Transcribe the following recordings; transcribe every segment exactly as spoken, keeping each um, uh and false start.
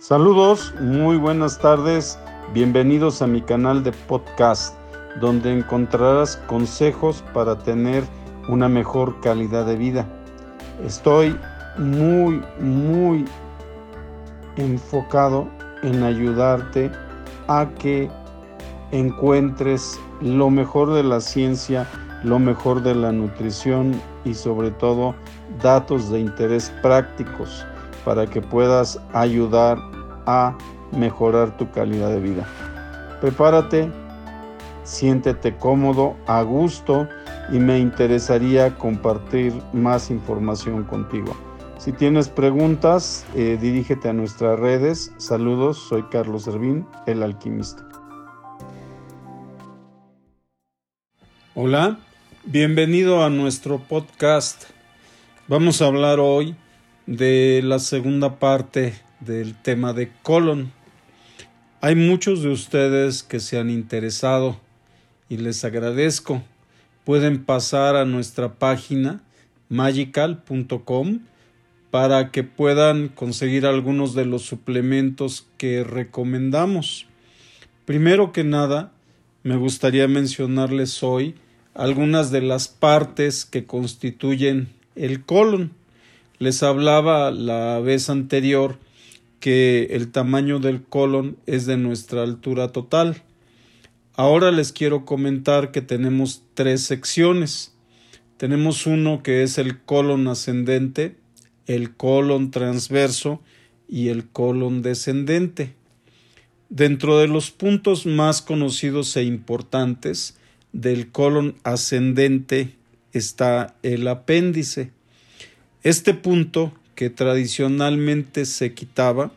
Saludos, muy buenas tardes, bienvenidos a mi canal de podcast, donde encontrarás consejos para tener una mejor calidad de vida. Estoy muy, muy enfocado en ayudarte a que encuentres lo mejor de la ciencia, lo mejor de la nutrición y sobre todo datos de interés prácticos para que puedas ayudar a mejorar tu calidad de vida. Prepárate, siéntete cómodo, a gusto y me interesaría compartir más información contigo. Si tienes preguntas, eh, dirígete a nuestras redes. Saludos, soy Carlos Servín, el alquimista. Hola, bienvenido a nuestro podcast. Vamos a hablar hoy de la segunda parte del tema de colon. Hay muchos de ustedes que se han interesado y les agradezco. Pueden pasar a nuestra página magical punto com para que puedan conseguir algunos de los suplementos que recomendamos. Primero que nada, me gustaría mencionarles hoy algunas de las partes que constituyen el colon. Les hablaba la vez anterior que el tamaño del colon es de nuestra altura total. Ahora les quiero comentar que tenemos tres secciones. Tenemos uno que es el colon ascendente, el colon transverso y el colon descendente. Dentro de los puntos más conocidos e importantes del colon ascendente está el apéndice. Este punto, que tradicionalmente se quitaba,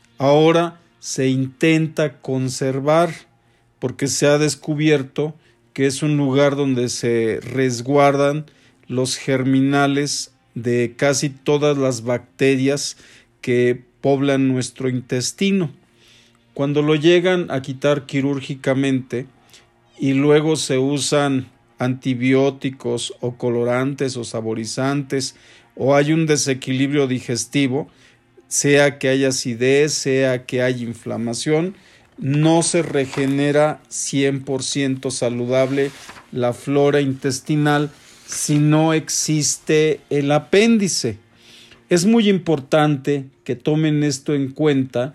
ahora se intenta conservar porque se ha descubierto que es un lugar donde se resguardan los germinales de casi todas las bacterias que poblan nuestro intestino. Cuando lo llegan a quitar quirúrgicamente y luego se usan antibióticos o colorantes o saborizantes o hay un desequilibrio digestivo, sea que haya acidez, sea que haya inflamación, no se regenera cien por ciento saludable la flora intestinal si no existe el apéndice. Es muy importante que tomen esto en cuenta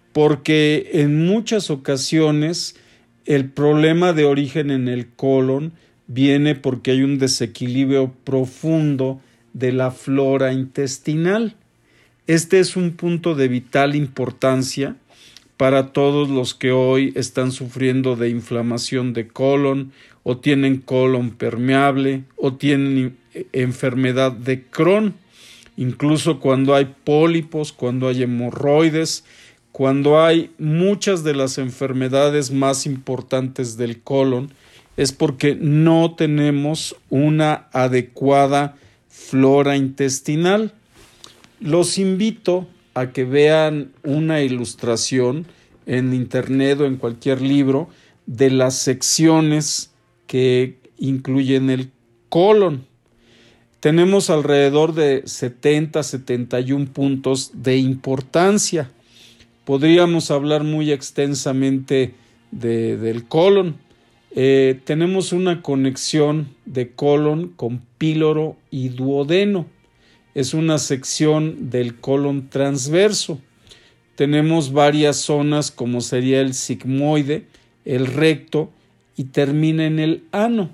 porque en muchas ocasiones el problema de origen en el colon viene porque hay un desequilibrio profundo de la flora intestinal. Este es un punto de vital importancia para todos los que hoy están sufriendo de inflamación de colon o tienen colon permeable o tienen enfermedad de Crohn, incluso cuando hay pólipos, cuando hay hemorroides, cuando hay muchas de las enfermedades más importantes del colon, es porque no tenemos una adecuada flora intestinal. Los invito a que vean una ilustración en internet o en cualquier libro de las secciones que incluyen el colon. Tenemos alrededor de setenta, setenta y uno puntos de importancia. Podríamos hablar muy extensamente de, del colon. Eh, tenemos una conexión de colon con píloro y duodeno. Es una sección del colon transverso. Tenemos varias zonas como sería el sigmoide, el recto y termina en el ano.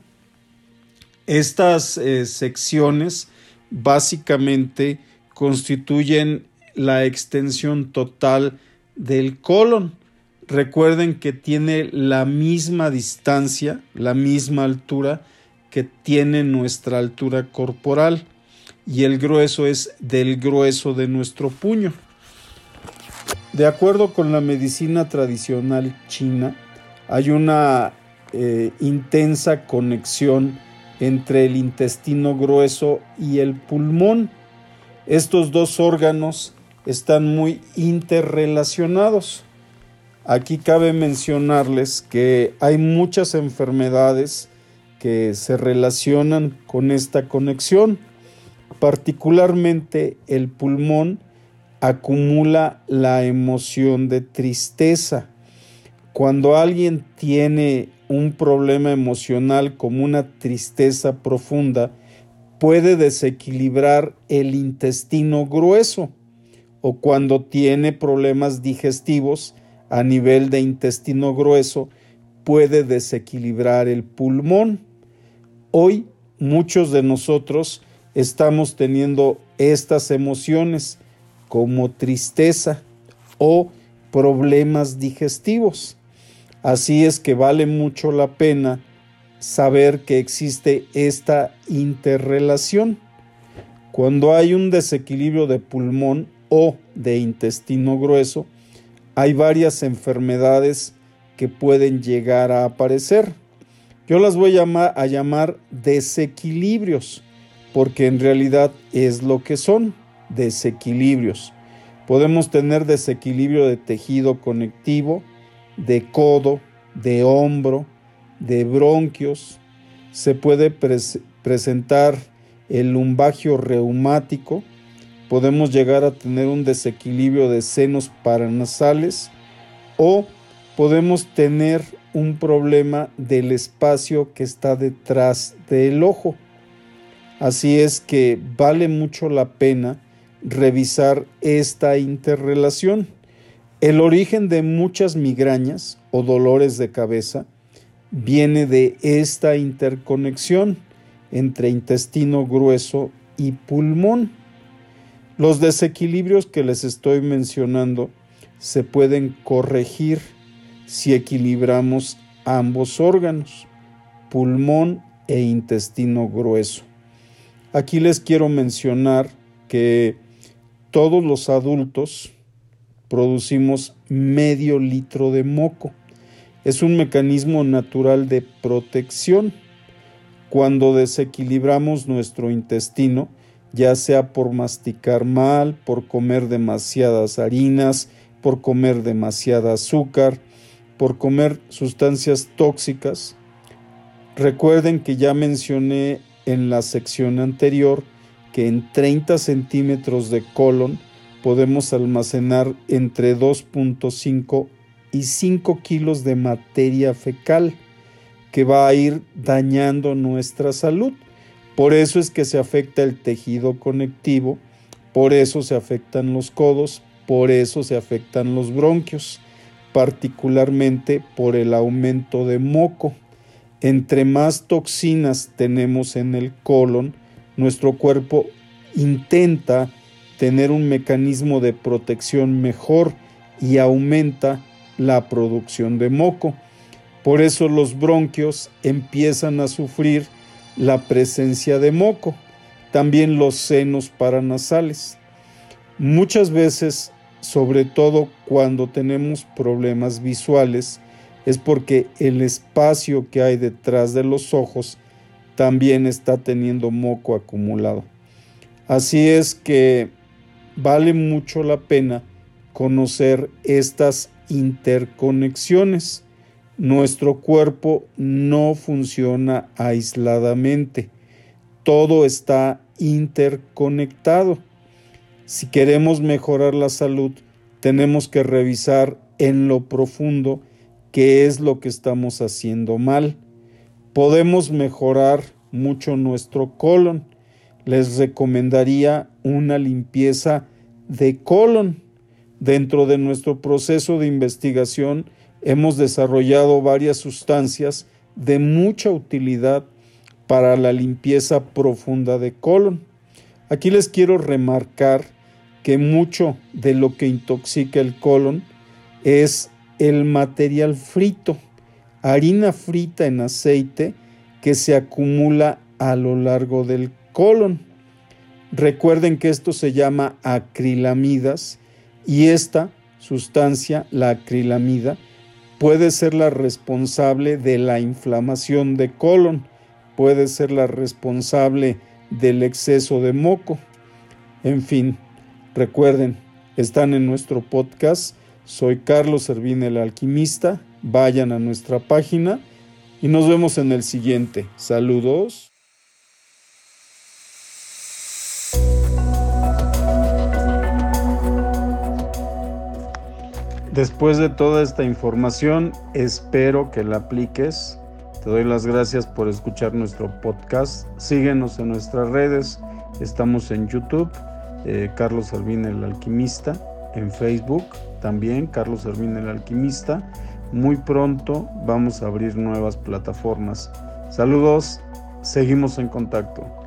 Estas eh, secciones básicamente constituyen la extensión total del colon. Recuerden que tiene la misma distancia, la misma altura que tiene nuestra altura corporal y el grueso es del grueso de nuestro puño. De acuerdo con la medicina tradicional china, hay una eh, intensa conexión entre el intestino grueso y el pulmón. Estos dos órganos están muy interrelacionados. Aquí cabe mencionarles que hay muchas enfermedades que se relacionan con esta conexión, particularmente el pulmón acumula la emoción de tristeza. Cuando alguien tiene un problema emocional como una tristeza profunda, puede desequilibrar el intestino grueso, o cuando tiene problemas digestivos a nivel de intestino grueso, puede desequilibrar el pulmón. Hoy muchos de nosotros estamos teniendo estas emociones como tristeza o problemas digestivos. Así es que vale mucho la pena saber que existe esta interrelación. Cuando hay un desequilibrio de pulmón o de intestino grueso, hay varias enfermedades que pueden llegar a aparecer. Yo las voy a llamar, a llamar desequilibrios, porque en realidad es lo que son, desequilibrios. Podemos tener desequilibrio de tejido conectivo, de codo, de hombro, de bronquios. Se puede pres- presentar el lumbagio reumático. Podemos llegar a tener un desequilibrio de senos paranasales o podemos tener un problema del espacio que está detrás del ojo. Así es que vale mucho la pena revisar esta interrelación. El origen de muchas migrañas o dolores de cabeza viene de esta interconexión entre intestino grueso y pulmón. Los desequilibrios que les estoy mencionando se pueden corregir si equilibramos ambos órganos, pulmón e intestino grueso. Aquí les quiero mencionar que todos los adultos producimos medio litro de moco. Es un mecanismo natural de protección. Cuando desequilibramos nuestro intestino, ya sea por masticar mal, por comer demasiadas harinas, por comer demasiada azúcar, por comer sustancias tóxicas. Recuerden que ya mencioné en la sección anterior que en treinta centímetros de colon podemos almacenar entre dos punto cinco y cinco kilos de materia fecal que va a ir dañando nuestra salud. Por eso es que se afecta el tejido conectivo, por eso se afectan los codos, por eso se afectan los bronquios, particularmente por el aumento de moco. Entre más toxinas tenemos en el colon, nuestro cuerpo intenta tener un mecanismo de protección mejor y aumenta la producción de moco. Por eso los bronquios empiezan a sufrir la presencia de moco, también los senos paranasales. Muchas veces, sobre todo cuando tenemos problemas visuales, es porque el espacio que hay detrás de los ojos también está teniendo moco acumulado. Así es que vale mucho la pena conocer estas interconexiones. Nuestro cuerpo no funciona aisladamente, todo está interconectado. Si queremos mejorar la salud, tenemos que revisar en lo profundo qué es lo que estamos haciendo mal. Podemos mejorar mucho nuestro colon. Les recomendaría una limpieza de colon. Dentro de nuestro proceso de investigación hemos desarrollado varias sustancias de mucha utilidad para la limpieza profunda de colon. Aquí les quiero remarcar que mucho de lo que intoxica el colon es el material frito, harina frita en aceite que se acumula a lo largo del colon. Recuerden que esto se llama acrilamidas y esta sustancia, la acrilamida, puede ser la responsable de la inflamación de colon, puede ser la responsable del exceso de moco. En fin, recuerden, están en nuestro podcast. Soy Carlos Servín, el alquimista. Vayan a nuestra página y nos vemos en el siguiente. Saludos. Después de toda esta información, espero que la apliques. Te doy las gracias por escuchar nuestro podcast. Síguenos en nuestras redes. Estamos en YouTube, eh, Carlos Servín el Alquimista. En Facebook también, Carlos Servín el Alquimista. Muy pronto vamos a abrir nuevas plataformas. Saludos, seguimos en contacto.